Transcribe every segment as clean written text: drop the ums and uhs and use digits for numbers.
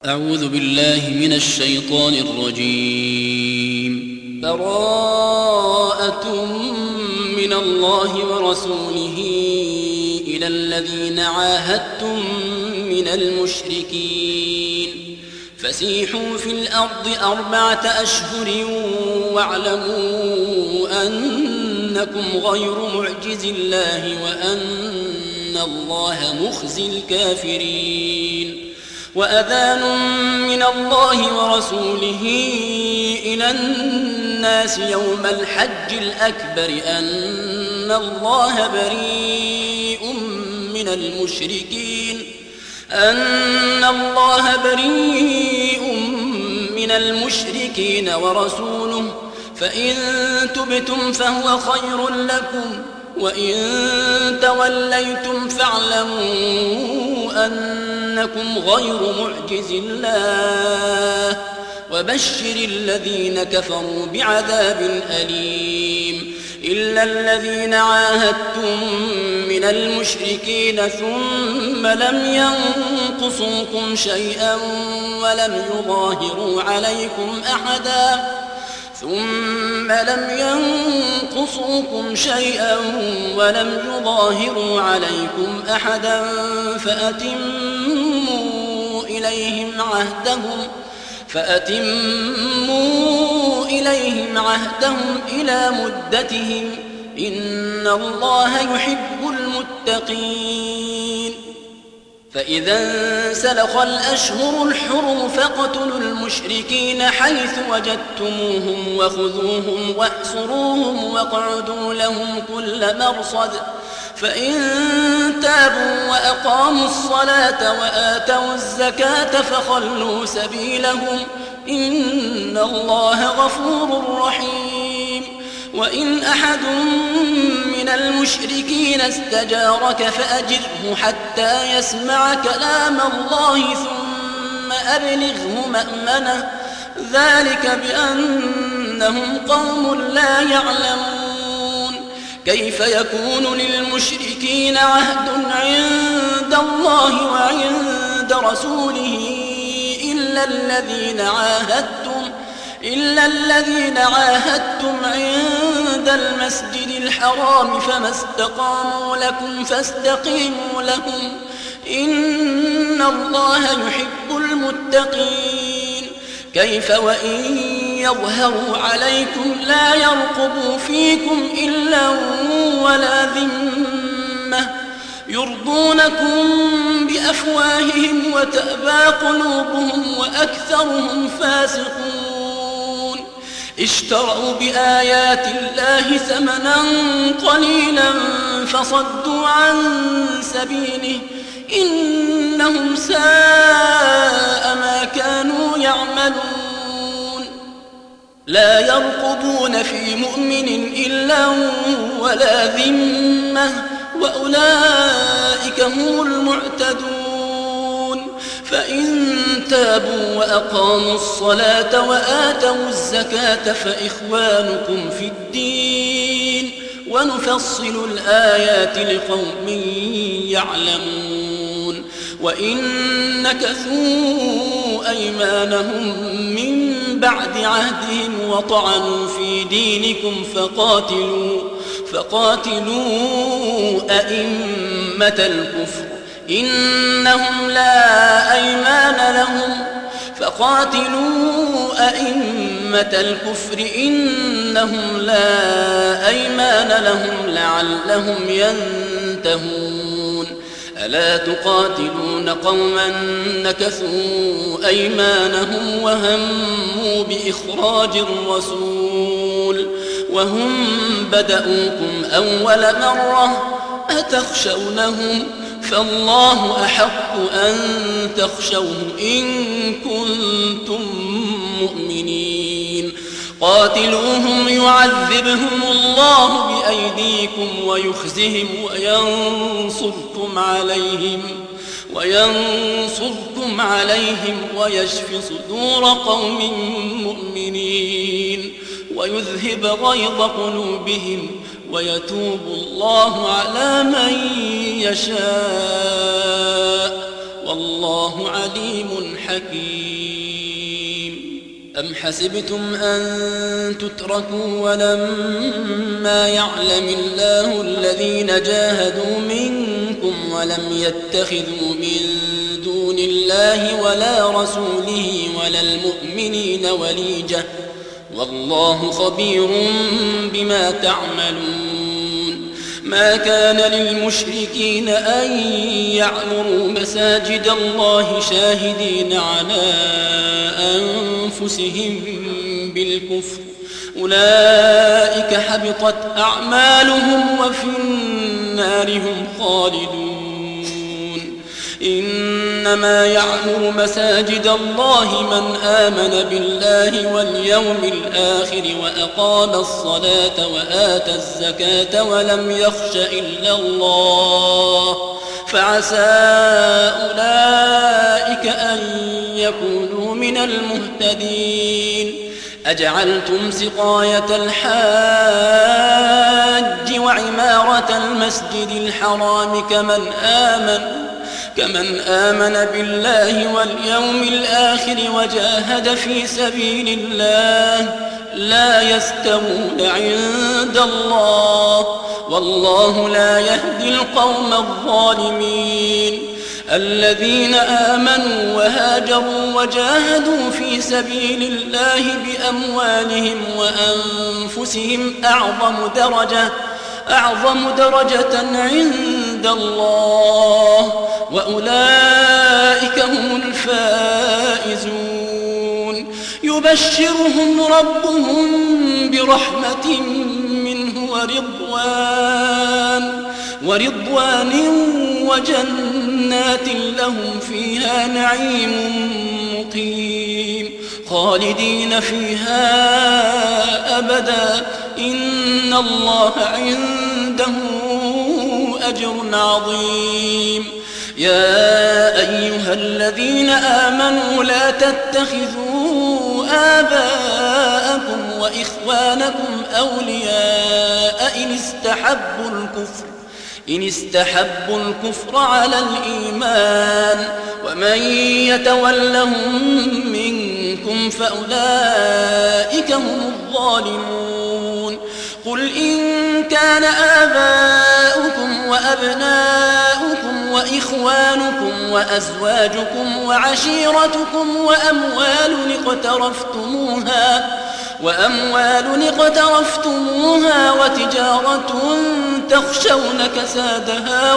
أعوذ بالله من الشيطان الرجيم. براءة من الله ورسوله إلى الذين عاهدتم من المشركين فسيحوا في الأرض 4 أشهر واعلموا أنكم غير معجز الله وأن الله مخزي الكافرين. وأذان من الله ورسوله إلى الناس يوم الحج الأكبر أن الله بريء من المشركين ورسوله فإن تبتم فهو خير لكم وإن توليتم فاعلموا أنكم غير معجز الله وبشر الذين كفروا بعذاب أليم. إلا الذين عاهدتم من المشركين ثم لم ينقصوكم شيئا ولم يظاهروا عليكم أحدا فأتموا إليهم عهدهم إلى مدتهم إن الله يحب المتقين. فإذا انسلخ الأشهر الحرم فاقتلوا المشركين حيث وجدتموهم وخذوهم واحصروهم واقعدوا لهم كل مرصد فإن تابوا وأقاموا الصلاة وآتوا الزكاة فخلوا سبيلهم إن الله غفور رحيم. وإن أحد من المشركين استجارك فأجره حتى يسمع كلام الله ثم أبلغه مأمنه ذلك بأنهم قوم لا يعلمون. كيف يكون للمشركين عهد عند الله وعند رسوله إلا الذين عاهدتم عند المسجد الحرام فما استقاموا لكم فاستقيموا لهم إن الله يحب المتقين. كيف وإن يظهروا عليكم لا يرقبوا فيكم إلا ولا ذمة يرضونكم بأفواههم وتأبى قلوبهم وأكثرهم فاسقون. اشتروا بآيات الله ثمنا قليلا فصدوا عن سبيله إنهم ساء ما كانوا يعملون. لا يرقبون في مؤمن إلا ولا ذمة وأولئك هم المعتدون. فإن تابوا وأقاموا الصلاة وآتوا الزكاة فإخوانكم في الدين ونفصل الآيات لقوم يعلمون. وإن نكثوا أيمانهم من بعد عهدهم وطعنوا في دينكم فقاتلوا أئمة الكفر إنهم لا أيمان لهم لعلهم ينتهون. ألا تقاتلون قوما نكثوا أيمانهم وهموا بإخراج الرسول وهم بدأوكم أول مرة أتخشونهم فالله أحق أن تخشوه إن كنتم مؤمنين. قاتلوهم يعذبهم الله بأيديكم ويخزهم وينصركم عليهم ويشف صدور قوم مؤمنين ويذهب غيظ قلوبهم ويتوب الله على من يشاء والله عليم حكيم. أم حسبتم أن تتركوا ولما يعلم الله الذين جاهدوا منكم ولم يتخذوا من دون الله ولا رسوله ولا المؤمنين وليجة والله خبير بما تعملون. ما كان للمشركين أن يعمروا مساجد الله شاهدين على أنفسهم بالكفر أولئك حبطت أعمالهم وفي النار هم خالدون. إنما يعمر مساجد الله من آمن بالله واليوم الآخر وأقام الصلاة وآتى الزكاة ولم يخش إلا الله فعسى أولئك أن يكونوا من المهتدين. أجعلتم سقاية الحاج وعمارة المسجد الحرام كمن آمن بالله واليوم الآخر وجاهد في سبيل الله لا يستوون عند الله والله لا يهدي القوم الظالمين. الذين آمنوا وهاجروا وجاهدوا في سبيل الله بأموالهم وأنفسهم أعظم درجة عند الله وأولئك هم الفائزون. يبشرهم ربهم برحمة منه ورضوان وجنات لهم فيها نعيم مقيم خالدين فيها أبدا إن الله عنده أجر عظيم. يا أيها الذين آمنوا لا تتخذوا آباءكم وإخوانكم أولياء إن استحبوا الكفر على الإيمان ومن يتولهم منكم فأولئك هم الظالمون. قل إن كان آباؤكم وأبناؤكم وإخوانكم وأزواجكم وعشيرتكم وأموال اقترفتموها وتجارة تخشون كسادها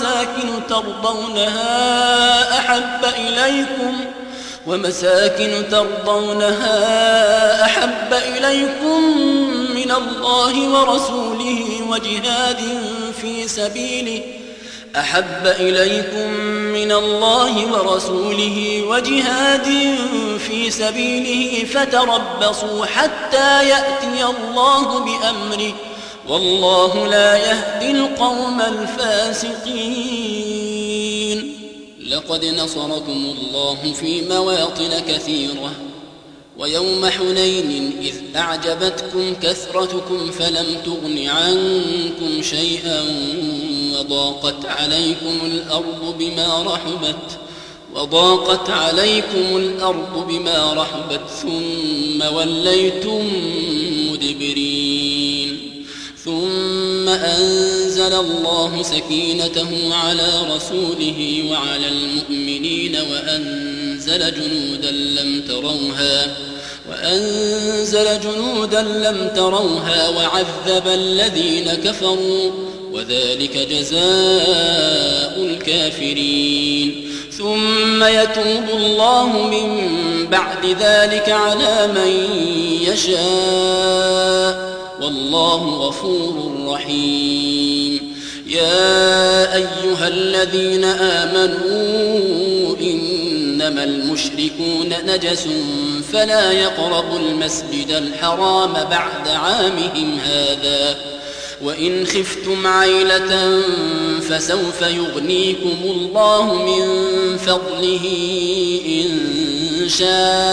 ومساكن ترضونها أحب إليكم من الله ورسوله وجهاد في سبيله فتربصوا حتى يأتي الله بأمره والله لا يهدي القوم الفاسقين. لقد نصركم الله في مواطن كثيرة ويوم حنين إذ أعجبتكم كثرتكم فلم تغن عنكم شيئا وضاقت عليكم الأرض بما رحبت ثم وليتم مدبرين. ثم أنزل الله سكينته على رسوله وعلى المؤمنين وأنزل جنودا لم تروها وعذب الذين كفروا وذلك جزاء الكافرين. ثم يتوب الله من بعد ذلك على من يشاء والله غفور رحيم. يا أيها الذين آمنوا إنما المشركون نجس فلا يقربوا المسجد الحرام بعد عامهم هذا وإن خفتم عيلة فسوف يغنيكم الله من فضله إن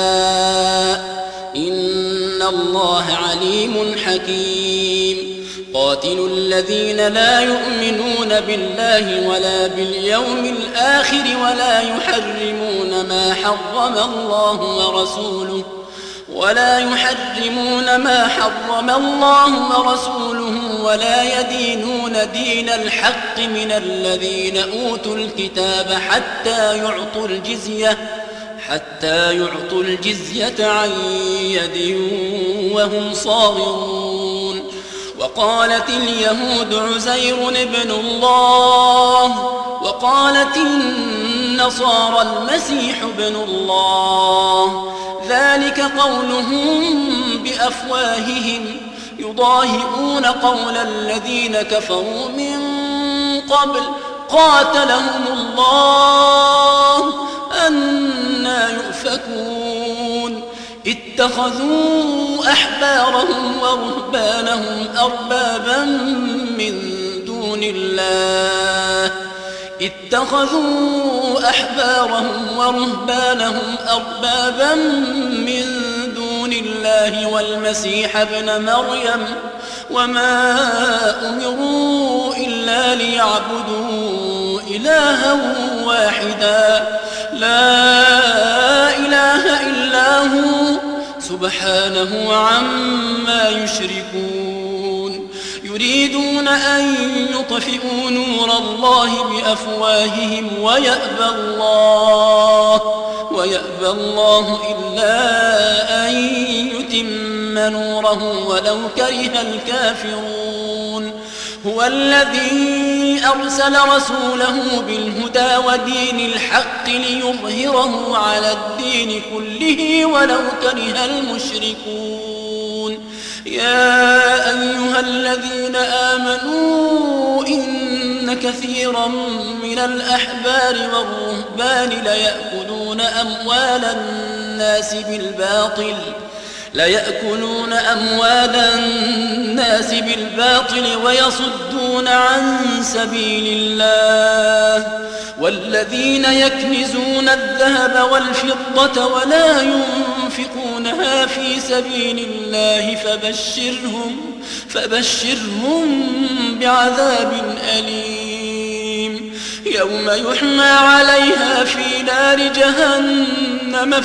شاء إن الله عليم حكيم. قاتلوا الذين لا يؤمنون بالله ولا باليوم الآخر ولا يحرمون ما حرم الله ورسوله ولا يدينون دين الحق من الذين أوتوا الكتاب حتى يعطوا الجزية عن يد وهم صاغرون. وقالت اليهود عزير ابن الله وقالت النصارى المسيح ابن الله، ذلك قولهم بأفواههم يضاهئون قول الذين كفروا من قبل قاتلهم الله أنى يؤفكون. اتخذوا أحبارهم ورهبانهم أربابا من دون الله والمسيح ابن مريم وما أمروا إلا ليعبدوا إلها واحدا لا إله إلا هو سبحانه عما يشركون. يريدون أن يطفئوا نور الله بأفواههم ويأبى الله إلا أن يتم نوره ولو كره الكافرون. هو الذي أرسل رسوله بالهدى ودين الحق ليظهره على الدين كله ولو كره المشركون. يا أيها الذين آمنوا إن كثيرا من الأحبار والرهبان ليأكلون أموال الناس بالباطل ويصدون عن سبيل الله. والذين يكنزون الذهب والفضة ولا ينفقونها في سبيل الله فبشرهم بعذاب أليم. يوم يحمى عليها في نار جهنم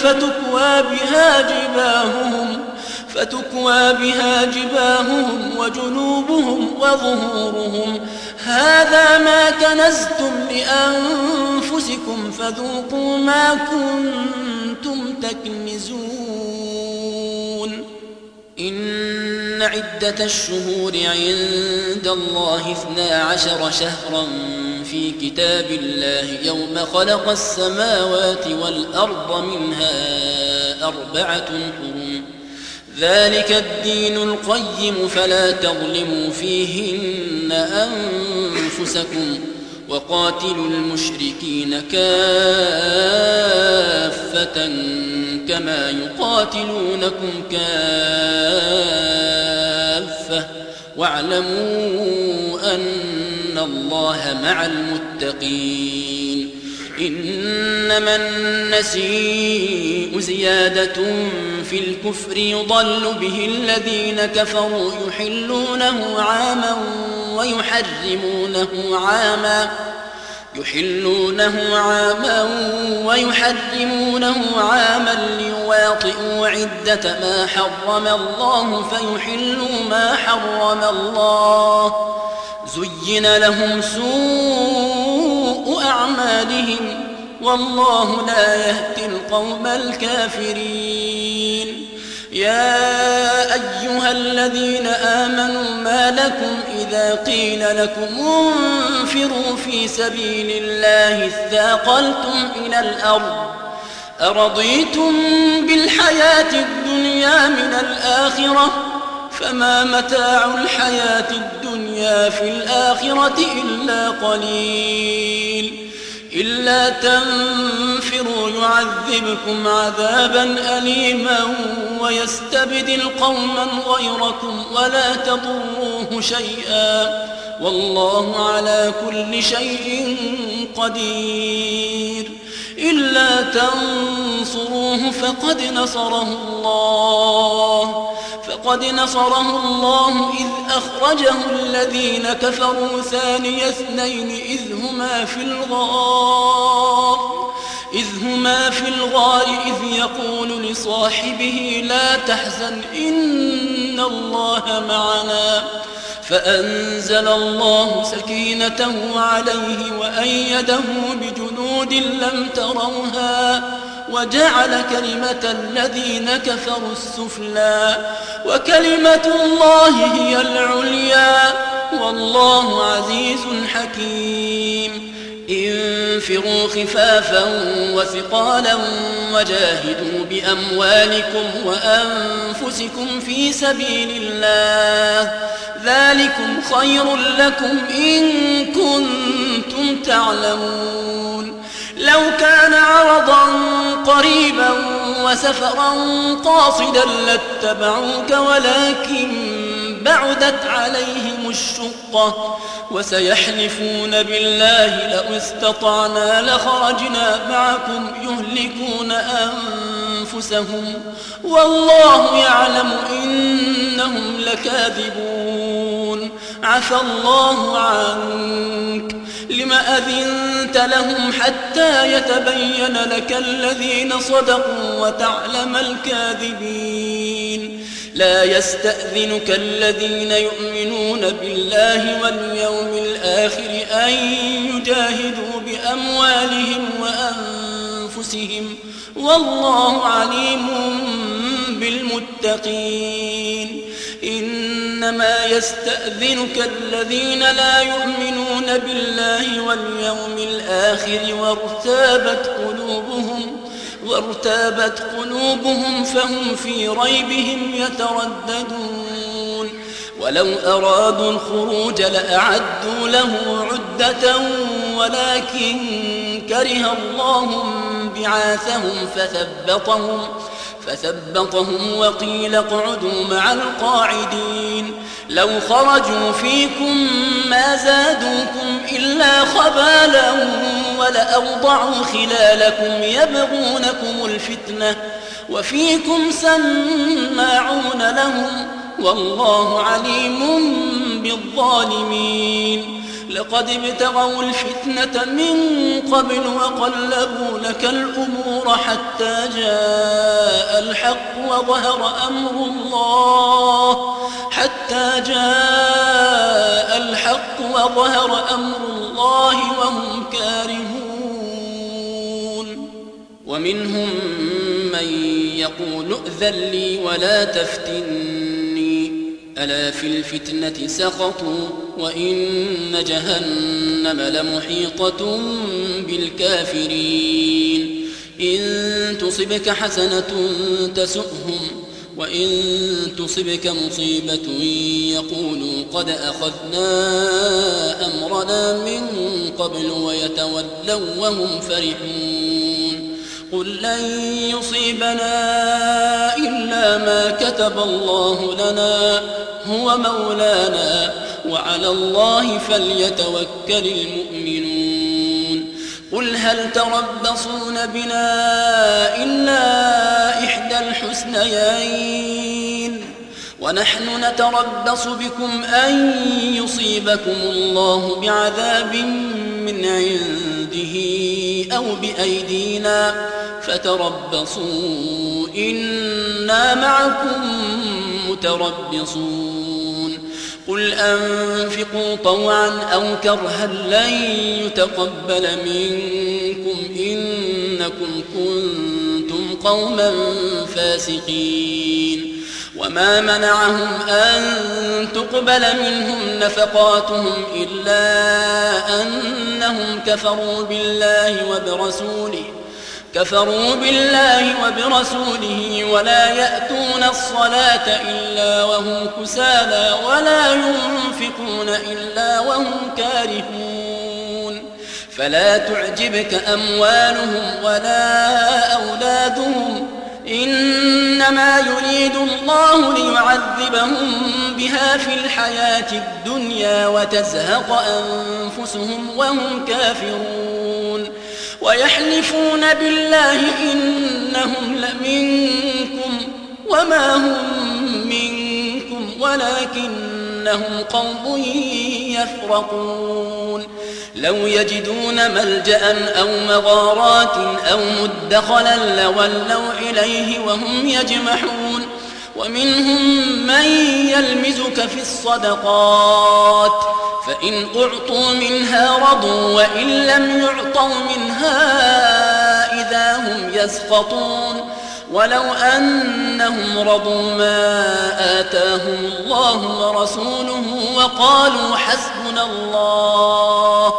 فتكوى بها جباههم وجنوبهم وظهورهم هذا ما كنزتم لأنفسكم فذوقوا ما كنتم تكنزون. إن عدة الشهور عند الله 12 شهرا في كتاب الله يوم خلق السماوات والأرض منها 4 حرم ذلك الدين القيم فلا تظلموا فيهن أنفسكم وقاتلوا المشركين كافة كما يقاتلونكم كافة واعلموا أن الله مع المتقين. إنما النسيء زيادة في الكفر يضل به الذين كفروا يحلونه عاما ويحرمونه عاما ليواطئوا عدة ما حرم الله فيحلوا ما حرم الله. زين لهم سوء أعمالهم والله لا يهدي القوم الكافرين. يا أيها الذين آمنوا ما لكم إذا قيل لكم انفروا في سبيل الله اثاقلتم إلى الأرض أرضيتم بالحياة الدنيا من الآخرة فما متاع الحياة الدنيا في الآخرة إلا قليل. إلا تنفروا يعذبكم عذابا أليما ويستبدل قوما غيركم ولا تضروه شيئا والله على كل شيء قدير. إلا تنصروه فقد نصره الله فقد نصره الله إذ أخرجه الذين كفروا ثاني اثنين إذ هما في الغار إذ يقول لصاحبه لا تحزن إن الله معنا فأنزل الله سكينته عليه وأيده بجنود لم تروها وجعل كلمة الذين كفروا السفلى وكلمة الله هي العليا والله عزيز حكيم انفروا خفافا وثقالا وجاهدوا بأموالكم وأنفسكم في سبيل الله ذلكم خير لكم إن كنتم تعلمون لو كان عرضا قريبا وسفرا قاصدا لاتبعوك ولكن بعدت عليهم الشقة وسيحلفون بالله لو استطعنا لخرجنا معكم يهلكون أنفسهم والله يعلم إنهم لكاذبون عفى الله عنك لم أذنت لهم حتى يتبين لك الذين صدقوا وتعلم الكاذبين لا يستأذنك الذين يؤمنون بالله واليوم الآخر أن يجاهدوا بأموالهم وأنفسهم والله عليم بالمتقين إنما يستأذنك الذين لا يؤمنون بالله واليوم الآخر وارتابت قلوبهم فهم في ريبهم يترددون ولو أرادوا الخروج لأعدوا له عدة ولكن كره الله بعاثهم فثبطهم وقيل اقعدوا مع القاعدين لو خرجوا فيكم ما زادوكم إلا خبالا ولأوضعوا خلالكم يبغونكم الفتنة وفيكم سماعون لهم والله عليم بالظالمين لقد ابتغوا الفتنة من قبل وقلبوا لك الأمور حتى جاء الحق وظهر أمر الله وهم كارهون ومنهم من يقول ائذن لي ولا تفتني ألا في الفتنة سقطوا وإن جهنم لمحيطة بالكافرين إن تصبك حسنة تسؤهم وإن تصبك مصيبة يقولوا قد أخذنا أمرنا من قبل ويتولوا وهم فرحون قل لن يصيبنا إلا ما كتب الله لنا هو مولانا وعلى الله فليتوكل المؤمنون قل هل تربصون بنا إلا إحدى الحسنيين ونحن نتربص بكم أن يصيبكم الله بعذاب من عنده أو بأيدينا فتربصوا إنا معكم متربصون قل أنفقوا طوعا أو كرها لن يتقبل منكم إنكم كنتم قوما فاسقين وما منعهم أن تقبل منهم نفقاتهم إلا أنهم كفروا بالله وبرسوله ولا يأتون الصلاة إلا وهم كسالى ولا ينفقون إلا وهم كارهون فلا تعجبك أموالهم ولا أولادهم إنما يريد الله ليعذبهم بها في الحياة الدنيا وتزهق أنفسهم وهم كافرون ويحلفون بالله إنهم لمنكم وما هم منكم ولكنهم قوم يفرقون لو يجدون ملجأ أو مغارات أو مدخلا لولوا إليه وهم يجمحون ومنهم من يلمزك في الصدقات فإن أعطوا منها رضوا وإن لم يعطوا منها إذا هم يسخطون ولو أنهم رضوا ما آتاهم الله ورسوله وقالوا حسبنا الله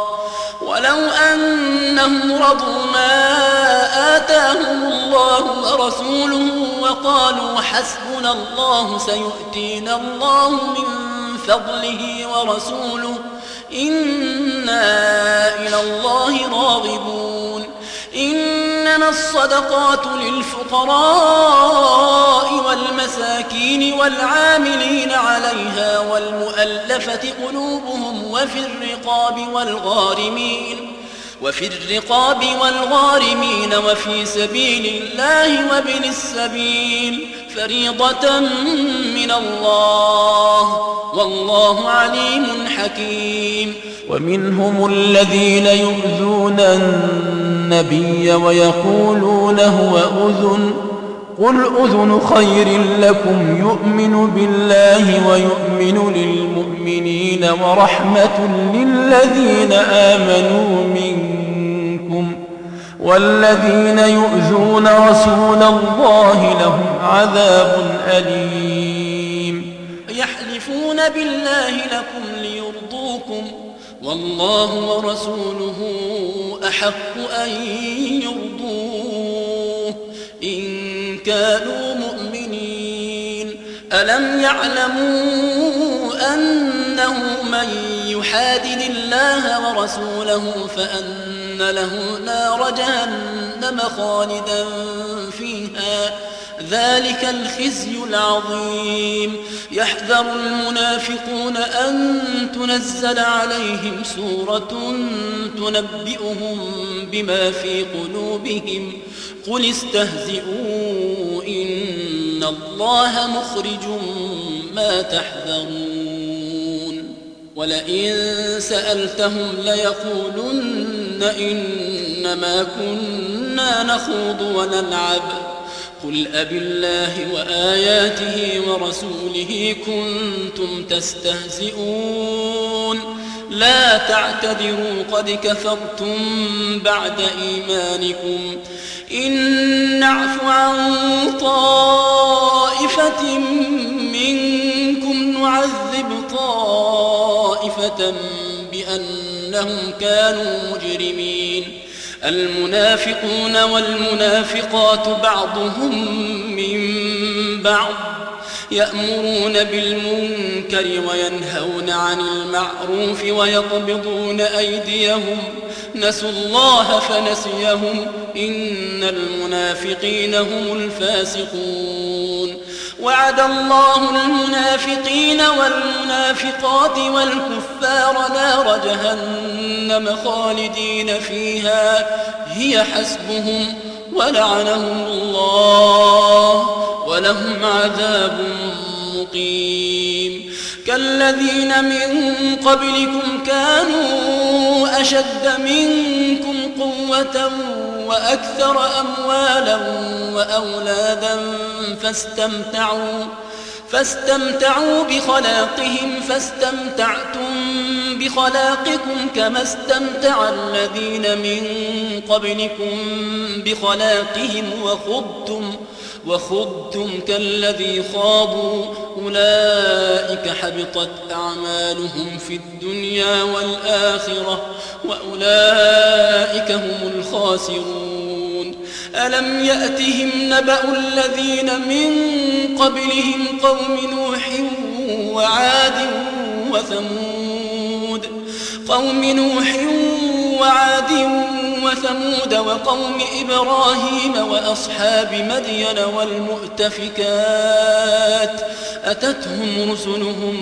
وقالوا حسبنا الله سيؤتينا الله من فضله ورسوله إنا إلى الله راغبون إنما الصدقات للفقراء والمساكين والعاملين عليها والمؤلفة قلوبهم وفي الرقاب والغارمين وفي سبيل الله وابن السبيل فريضة من الله والله عليم حكيم. ومنهم الذين يؤذون النبي ويقولون هو أذن قل أذن خير لكم يؤمن بالله ويؤمن للمؤمنين ورحمة للذين آمنوا منكم والذين يؤذون رسول الله لهم عذاب أليم. يحلفون بالله لكم ليرضوكم والله ورسوله أحق أن يرضوه إن كانوا مؤمنين. ألم يعلموا أنه من يحادد الله ورسوله فأن له نار جهنم خالدا فيها ذلك الخزي العظيم. يحذر المنافقون أن تنزل عليهم سورة تنبئهم بما في قلوبهم قل استهزئوا إن الله مخرج ما تحذرون. ولئن سألتهم ليقولن إنما كنا نخوض ونلعب قل أبالله وآياته ورسوله كنتم تستهزئون لا تعتذروا قد كفرتم بعد إيمانكم إن نعف عن طائفة منكم نعذب طائفة بأنهم كانوا مجرمين. المنافقون والمنافقات بعضهم من بعض يأمرون بالمنكر وينهون عن المعروف ويقبضون أيديهم نسوا الله فنسيهم إن المنافقين هم الفاسقون. وعد الله المنافقين والمنافقات والكفار نار جهنم خالدين فيها هي حسبهم ولعنهم الله ولهم عذاب مقيم. كالذين من قبلكم كانوا أشد منكم قوة وأكثر أموالا وأولادا فاستمتعوا بخلاقهم فاستمتعتم بخلاقكم كما استمتع الذين من قبلكم بخلاقهم وخضتم كالذي خاضوا أولئك حبطت أعمالهم في الدنيا والآخرة وأولئك هم الخاسرون. ألم يأتهم نبأ الذين من قبلهم قوم نوح وعاد وثمود وقوم إبراهيم وأصحاب مدين والمؤتفكات أتتهم رسلهم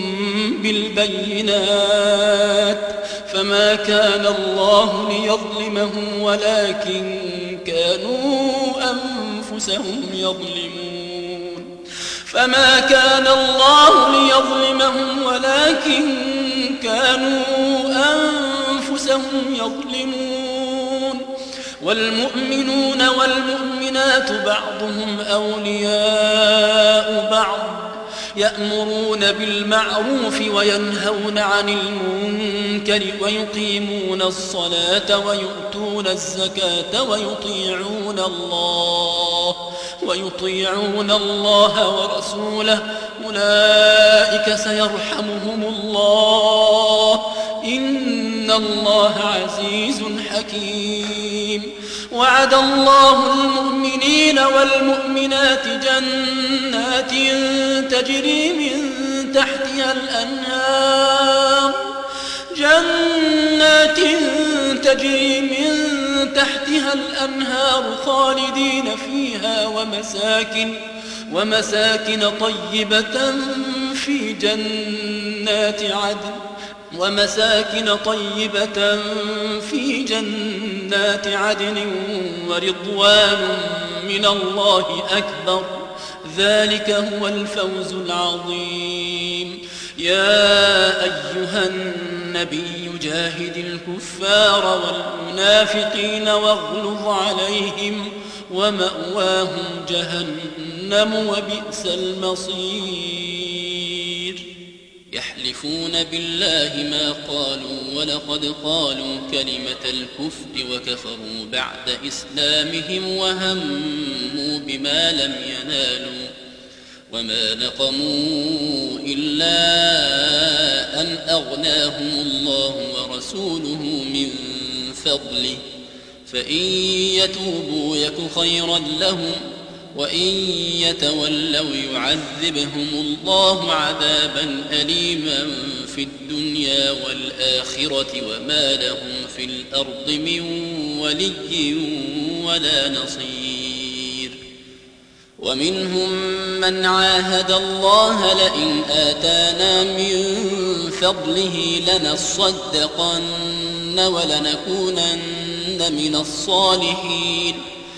بالبينات فما كان الله ليظلمهم ولكن كانوا أنفسهم يظلمون. فما كان الله ليظلمهم ولكن كانوا أنفسهم يظلمون والمؤمنون والمؤمنات بعضهم أولياء بعض يأمرون بالمعروف وينهون عن المنكر ويقيمون الصلاة ويؤتون الزكاة ويطيعون الله ورسوله أولئك سيرحمهم الله إن الله عزيز حكيم وعد الله المؤمنين والمؤمنات جنات تجري من تحتها الأنهار خالدين فيها ومساكن طيبة في جنات عدن ورضوان من الله أكبر ذلك هو الفوز العظيم يا أيها النبي جاهد الكفار والمنافقين واغلظ عليهم ومأواهم جهنم وبئس المصير يحلفون بالله ما قالوا ولقد قالوا كلمة الكفر وكفروا بعد إسلامهم وهموا بما لم ينالوا وما نقموا إلا أن أغناهم الله ورسوله من فضله فإن يتوبوا يك خيرا لهم وإن يتولوا يعذبهم الله عذابا أليما في الدنيا والآخرة وما لهم في الأرض من ولي ولا نصير ومنهم من عاهد الله لئن آتانا من فضله لنصدقن ولنكونن من الصالحين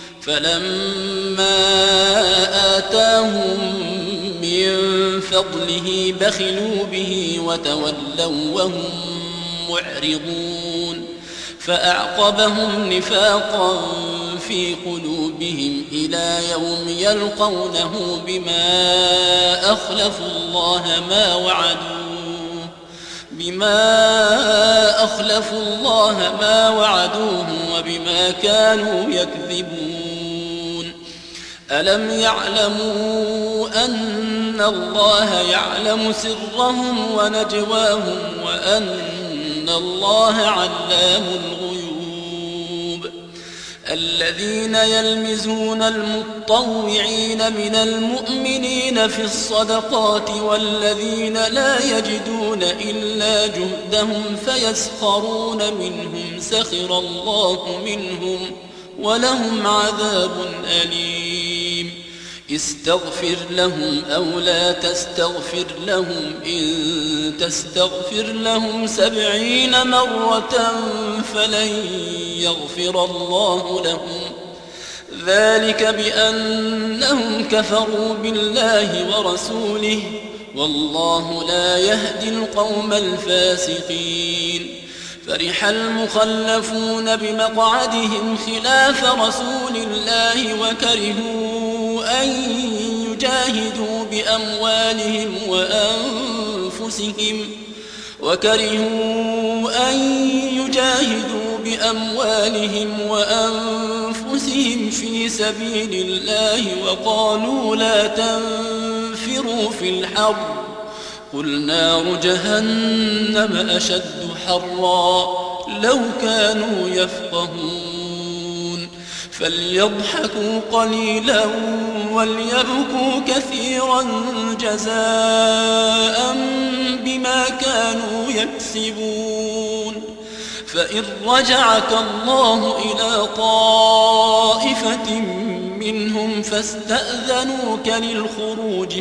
فلما آتاهم من فضله بخلوا به وتولوا وهم معرضون فأعقبهم نفاقا في قلوبهم إلى يوم يلقونه بما أخلفوا الله ما وعدوه وبما كانوا يكذبون ألم يعلموا أن الله يعلم سرهم ونجواهم وأن الله علام الغيوب الذين يلمزون المطوعين من المؤمنين في الصدقات والذين لا يجدون إلا جهدهم فيسخرون منهم سخر الله منهم ولهم عذاب أليم استغفر لهم أو لا تستغفر لهم إن تستغفر لهم 70 مرة فلن يغفر الله لهم ذلك بأنهم كفروا بالله ورسوله والله لا يهدي القوم الفاسقين فرح المخلفون بمقعدهم خلاف رسول الله وكرهوا أن يجاهدوا بأموالهم وأنفسهم في سبيل الله وقالوا لا تنفروا في الحر قل نار جهنم أشد حرا لو كانوا يفقهون فليضحكوا قليلا وليبكوا كثيرا جزاء بما كانوا يكسبون فإن رجعك الله إلى طائفة منهم فاستأذنوك للخروج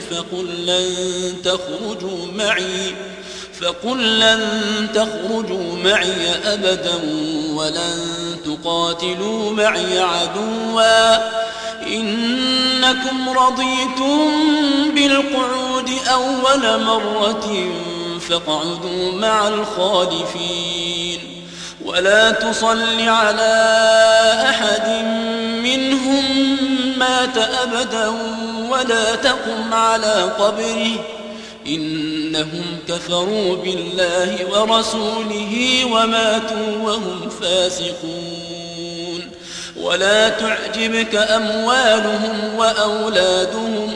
فقل لن تخرجوا معي أبدا ولن تقاتلوا معي عدوا إنكم رضيتم بالقعود أول مرة فاقعدوا مع الخالفين ولا تصل على أحد منهم مات أبدا ولا تقم على قبره إنهم كفروا بالله ورسوله وماتوا وهم فاسقون ولا تعجبك أموالهم وأولادهم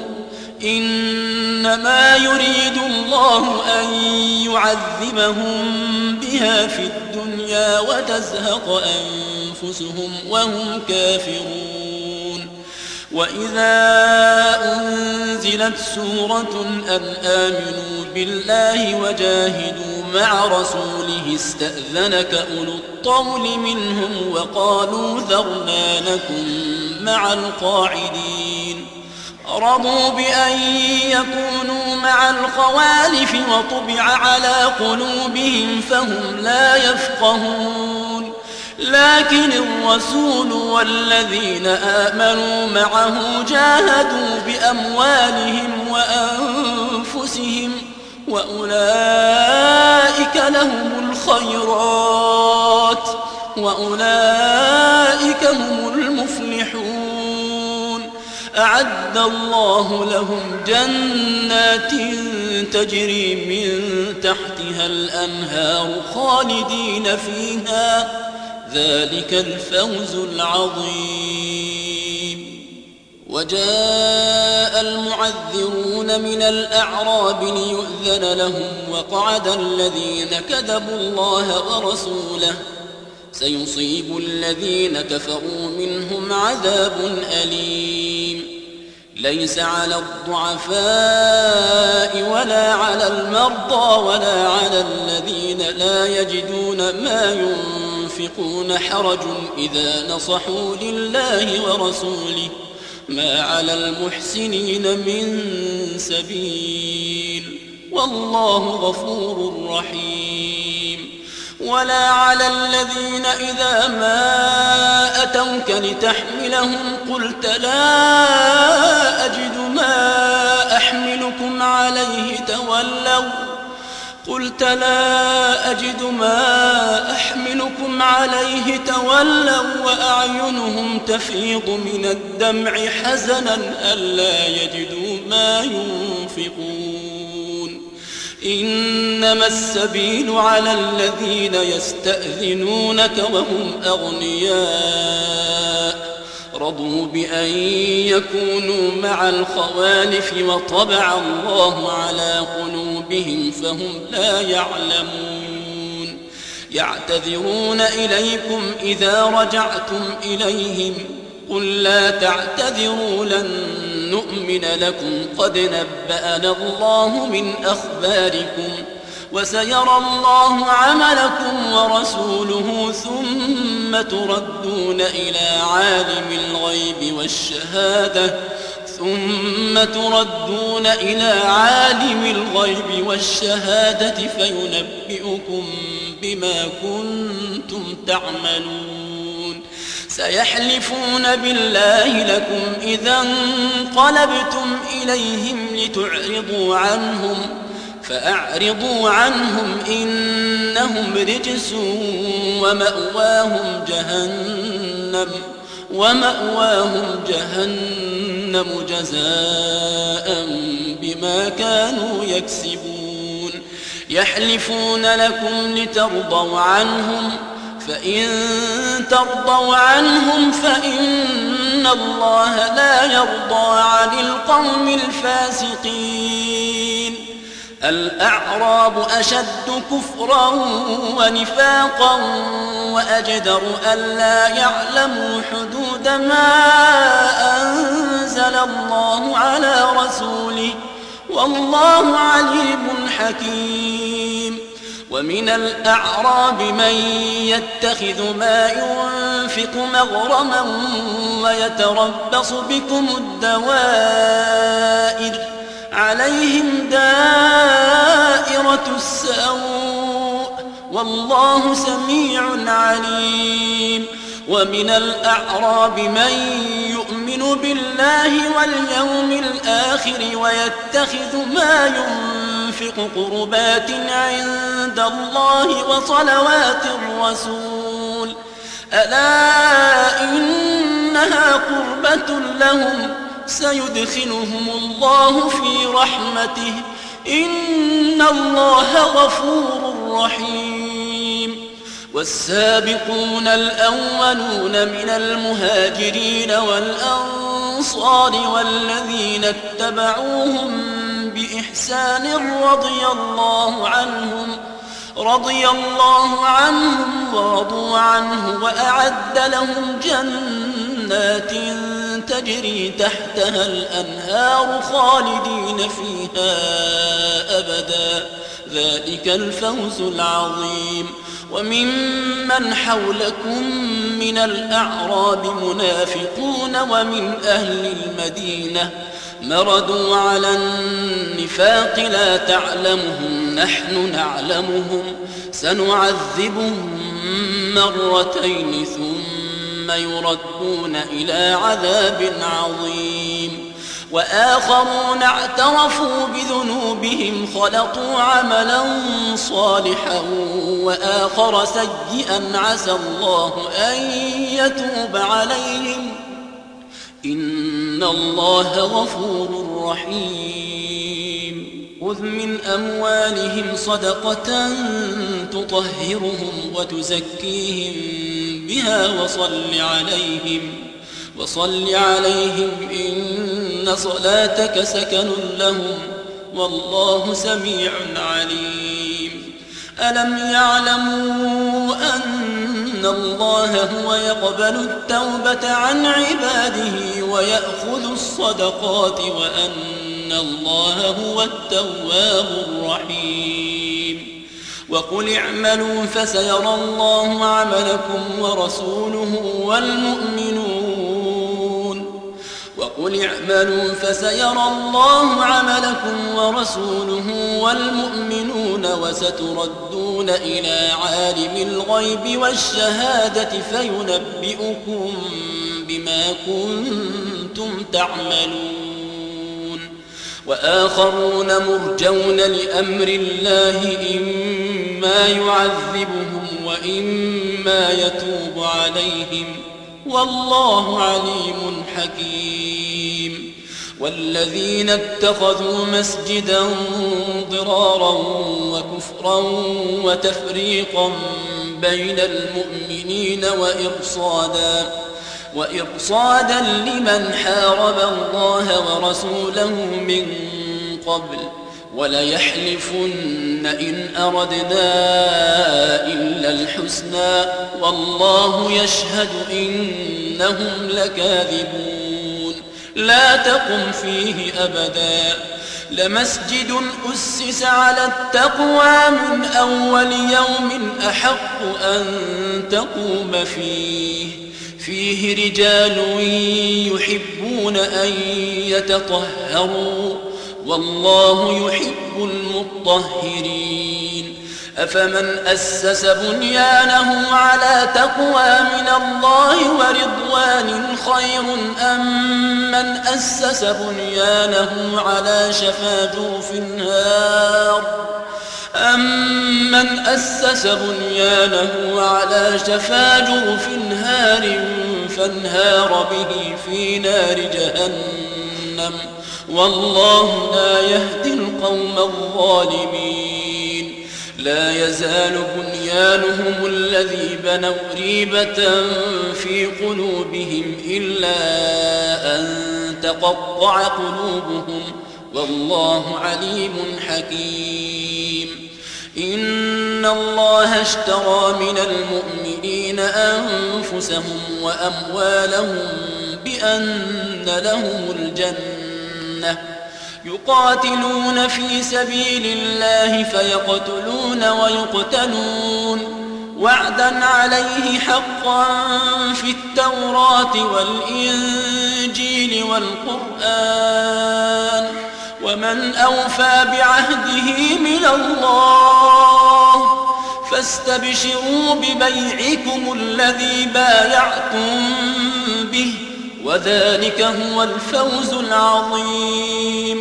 إنما يريد الله أن يعذبهم بها في الدنيا وتزهق أنفسهم وهم كافرون وإذا أنزلت سورة أن آمنوا بالله وجاهدوا مع رسوله استأذنك أولو الطول منهم وقالوا ذرنا نكن مع القاعدين رضوا بأن يكونوا مع الخوالف وطبع على قلوبهم فهم لا يفقهون لكن الرسول والذين آمنوا معه جاهدوا بأموالهم وأنفسهم وأولئك لهم الخيرات وأولئك هم المفلحون أعد الله لهم جنات تجري من تحتها الأنهار خالدين فيها ذلك الفوز العظيم وجاء المعذرون من الأعراب ليؤذن لهم وقعد الذين كذبوا الله ورسوله سيصيب الذين كفروا منهم عذاب أليم ليس على الضعفاء ولا على المرضى ولا على الذين لا يجدون ما ينفقون حرج إذا نصحوا لله ورسوله ما على المحسنين من سبيل والله غفور رحيم ولا على الذين إذا ما أتوك لتحملهم قلت لا أجد ما أحملكم عليه تولوا وأعينهم تفيض من الدمع حزنا ألا يجدوا ما ينفقون إنما السبيل على الذين يستأذنونك وهم أغنياء رضوا بأن يكونوا مع الخوالف وطبع الله على قلوبهم فهم لا يعلمون يعتذرون إليكم إذا رجعتم إليهم قل لا تعتذروا لن نؤمن لكم قد نبأنا الله من أخباركم وسيرى الله عملكم ورسوله ثم تردون إلى عالم الغيب والشهادة فينبئكم بما كنتم تعملون سيحلفون بالله لكم إذا انقلبتم إليهم لتعرضوا عنهم فأعرضوا عنهم إنهم رجس ومأواهم جهنم جزاء بما كانوا يكسبون يحلفون لكم لترضوا عنهم فإن ترضوا عنهم فإن الله لا يرضى عن القوم الفاسقين الأعراب أشد كفرا ونفاقا وأجدر ألا يعلموا حدود ما أنزل الله على رسوله والله عليم حكيم ومن الأعراب من يتخذ ما ينفق مغرما ويتربص بكم الدوائر عليهم دائرة السوء والله سميع عليم ومن الأعراب من يؤمن يؤمن بالله واليوم الآخر ويتخذ ما ينفق قربات عند الله وصلوات الرسول ألا إنها قربة لهم سيدخلهم الله في رحمته إن الله غفور رحيم. والسابقون الأولون من المهاجرين والأنصار والذين اتبعوهم بإحسان رضي الله عنهم ورضوا عنه وأعد لهم جنات تجري تحتها الأنهار خالدين فيها أبدا ذلك الفوز العظيم. وممن حولكم من الأعراب منافقون ومن أهل المدينة مردوا على النفاق لا تعلمهم نحن نعلمهم سنعذبهم مرتين ثم يردون إلى عذاب عظيم. وآخرون اعترفوا بذنوبهم خلطوا عملا صالحا وآخر سيئا عسى الله أن يتوب عليهم إن الله غفور رحيم. خذ من أموالهم صدقة تطهرهم وتزكيهم بها وصل عليهم إن صلاتك سكن لهم والله سميع عليم. ألم يعلموا أن الله هو يقبل التوبة عن عباده ويأخذ الصدقات وأن الله هو التواب الرحيم. وقل اعملوا فسيرى الله عملكم ورسوله والمؤمنون وستردون إلى عالم الغيب والشهادة فينبئكم بما كنتم تعملون. وآخرون مرجون لأمر الله إما يعذبهم وإما يتوب عليهم والله عليم حكيم. والذين اتخذوا مسجدا ضرارا وكفرا وتفريقا بين المؤمنين وإرصادا لمن حارب الله ورسوله من قبل وليحلفن إن أردنا إلا الحسنى والله يشهد إنهم لكاذبون. لا تقم فيه أبدا لمسجد أسس على التقوى من أول يوم أحق أن تقوم فيه رجال يحبون أن يتطهروا والله يحب المطهرين. أفمن أسس بنيانه على تقوى من الله ورضوان خير أم من أسس بنيانه على شفا جرف هار فانهار به في نار جهنم والله لا يهدي القوم الظالمين. لا يزال بنيانهم الذي بنوا ريبة في قلوبهم إلا أن تقطع قلوبهم والله عليم حكيم. إن الله اشترى من المؤمنين أنفسهم وأموالهم بأن لهم الجنة يقاتلون في سبيل الله فيقتلون ويقتلون وعدا عليه حقا في التوراة والإنجيل والقرآن ومن أوفى بعهده من الله فاستبشروا ببيعكم الذي بايعتم به وذلك هو الفوز العظيم.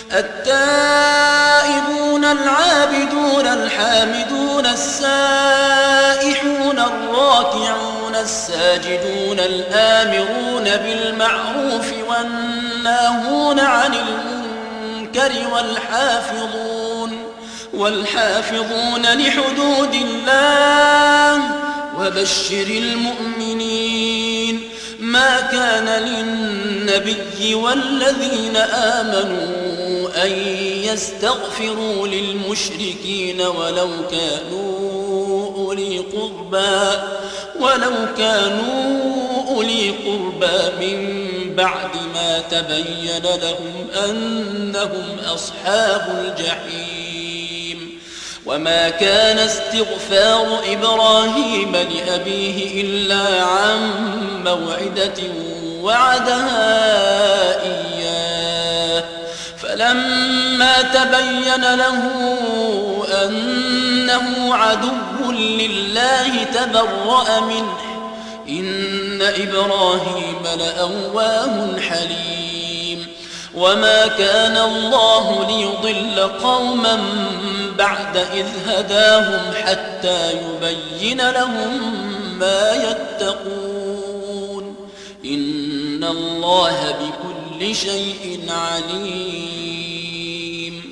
التائبون العابدون الحامدون السائحون الراكعون الساجدون الآمرون بالمعروف والناهون عن المنكر والحافظون لحدود الله وبشر المؤمنين. ما كان للنبي والذين آمنوا أن يستغفروا للمشركين ولو كانوا أولي قربى من بعد ما تبين لهم أنهم أصحاب الجحيم. وما كان استغفار إبراهيم لأبيه إلا عن موعدة وعدها إياه فلما تبين له أنه عدو لله تبرأ منه إن إبراهيم لأواه حليم. وما كان الله ليضل قوما بعد إذ هداهم حتى يبين لهم ما يتقون إن الله بكل شيء عليم.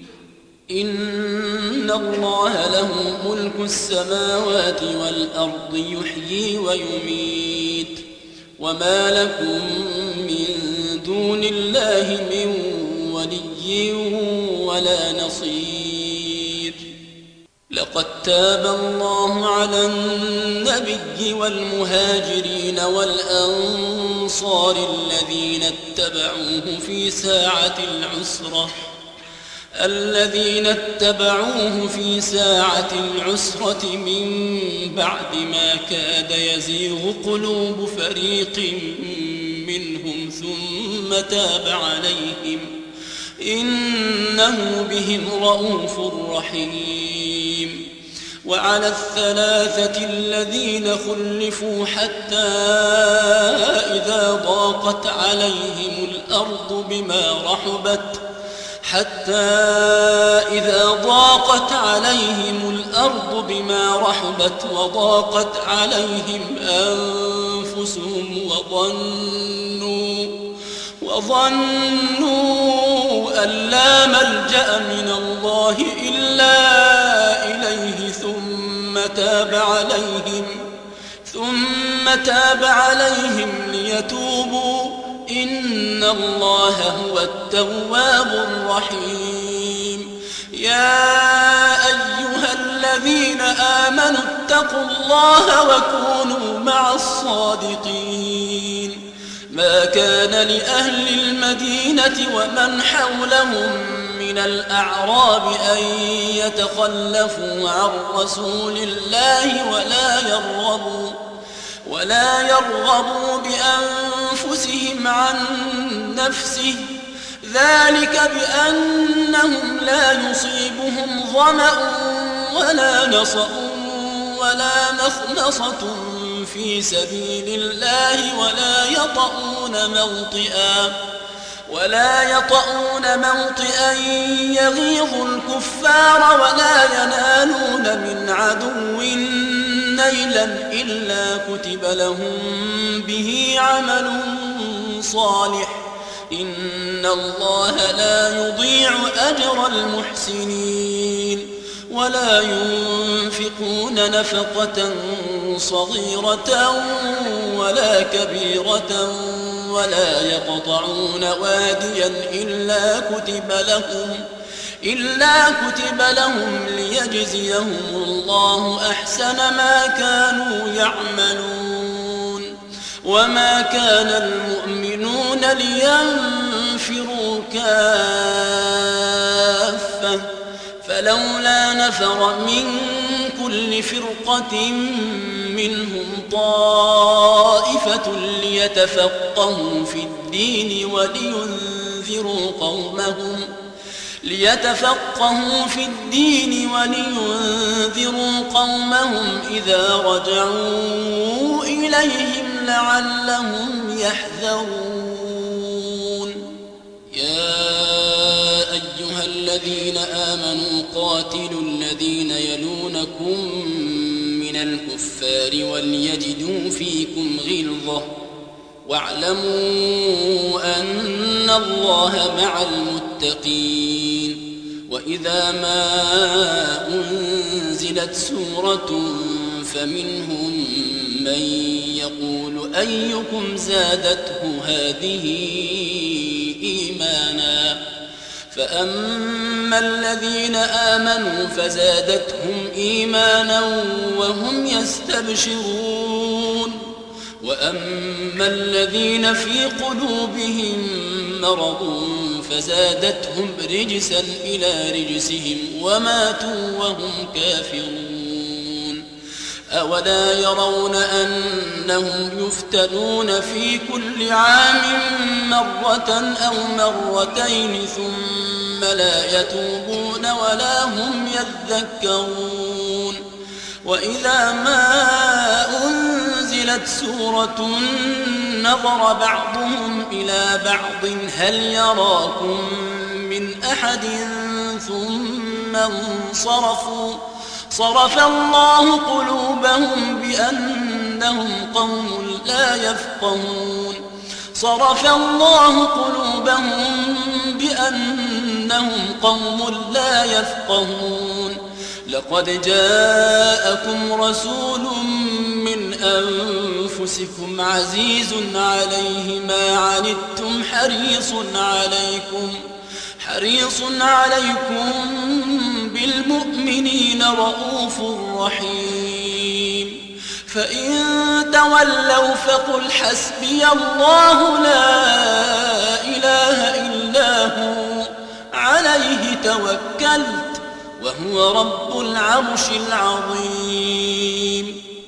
إن الله له ملك السماوات والأرض يحيي ويميت وما لكم من دون الله من ولي ولا نصير. لقد تاب الله على النبي والمهاجرين والأنصار الذين اتبعوه في ساعة العسرة من بعد ما كاد يزيغ قلوب فريق منهم ثم تاب عليهم إنه بهم رءوف رحيم. وعلى الثلاثة الذين خلفوا حتى إذا ضاقت عليهم الأرض بما رحبت وضاقت عليهم أنفسهم وظنوا أن لا ملجأ من الله إلا إليه ثم تاب عليهم ليتوبوا إن الله هو التواب الرحيم. يا أيها الذين آمنوا اتقوا الله وكونوا مع الصادقين. ما كان لأهل المدينة ومن حولهم من الأعراب أن يتخلفوا عن رسول الله ولا يرغبوا بأنفسهم عن نفسه ذلك بأنهم لا يصيبهم ظمأ ولا نصب ولا مخمصة في سبيل الله ولا يطؤون موطئا يغيظ الكفار ولا ينالون من عدو نيلا إلا كتب لهم به عمل صالح إن الله لا يضيع أجر المحسنين. ولا ينفقون نفقة صغيرة ولا كبيرة ولا يقطعون واديا إلا كتب لهم ليجزيهم الله أحسن ما كانوا يعملون. وما كان المؤمنون لينفروا كافة فلولا نفر من كل فرقة منهم طائفة ليتفقهوا في الدين ولينذروا قومهم إذا رجعوا إليهم لعلهم يحذرون يا أيها الذين آمنوا قاتلوا الذين يلونكم من الكفار وليجدوا فيكم غلظة واعلموا أن الله مع المتقين وإذا ما أنزلت سورة فمنهم من يقول أيكم زادته هذه إيمانا فأما الذين آمنوا فزادتهم إيمانا وهم يستبشرون وأما الذين في قلوبهم مرض فزادتهم رجسا إلى رجسهم وماتوا وهم كافرون أولا يرون أنهم يفتنون في كل عام مرة أو مرتين ثم لا يتوبون ولا هم يذكرون وإذا ما أنزلت سورة نظر بعضهم إلى بعض هل يراكم من أحد ثم انصرفوا صرف الله قلوبهم بأنهم قوم لا يفقهون صرف الله قلوبهم بأنهم قوم لا يفقهون لقد جاءكم رسول من أنفسكم عزيز عليه ما عنتم حريص عليكم بالمؤمنين رؤوف رحيم فإن تولوا فقل حسبي الله لا إله إلا هو عليه توكلت وهو رب العرش العظيم